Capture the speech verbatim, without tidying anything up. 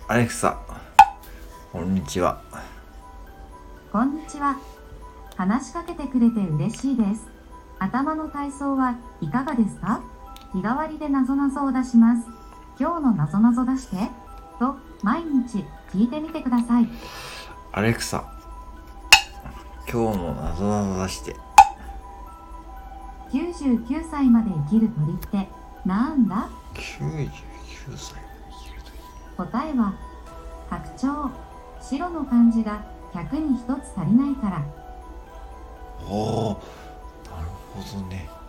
アレクサ、こんにちは。 こんにちは。話しかけてくれて嬉しいです。頭の体操はいかがですか？日替わりでなぞなぞを出します。今日のなぞなぞ出してと毎日聞いてみてください。 アレクサ、今日のなぞなぞ出して。 きゅうじゅうきゅうさいまで生きる鳥ってなんだ？ きゅうじゅうきゅうさいまで生きる答えは白鳥。白の漢字がひゃくにひとつ足りないから。 鳥。おー、なるほどね。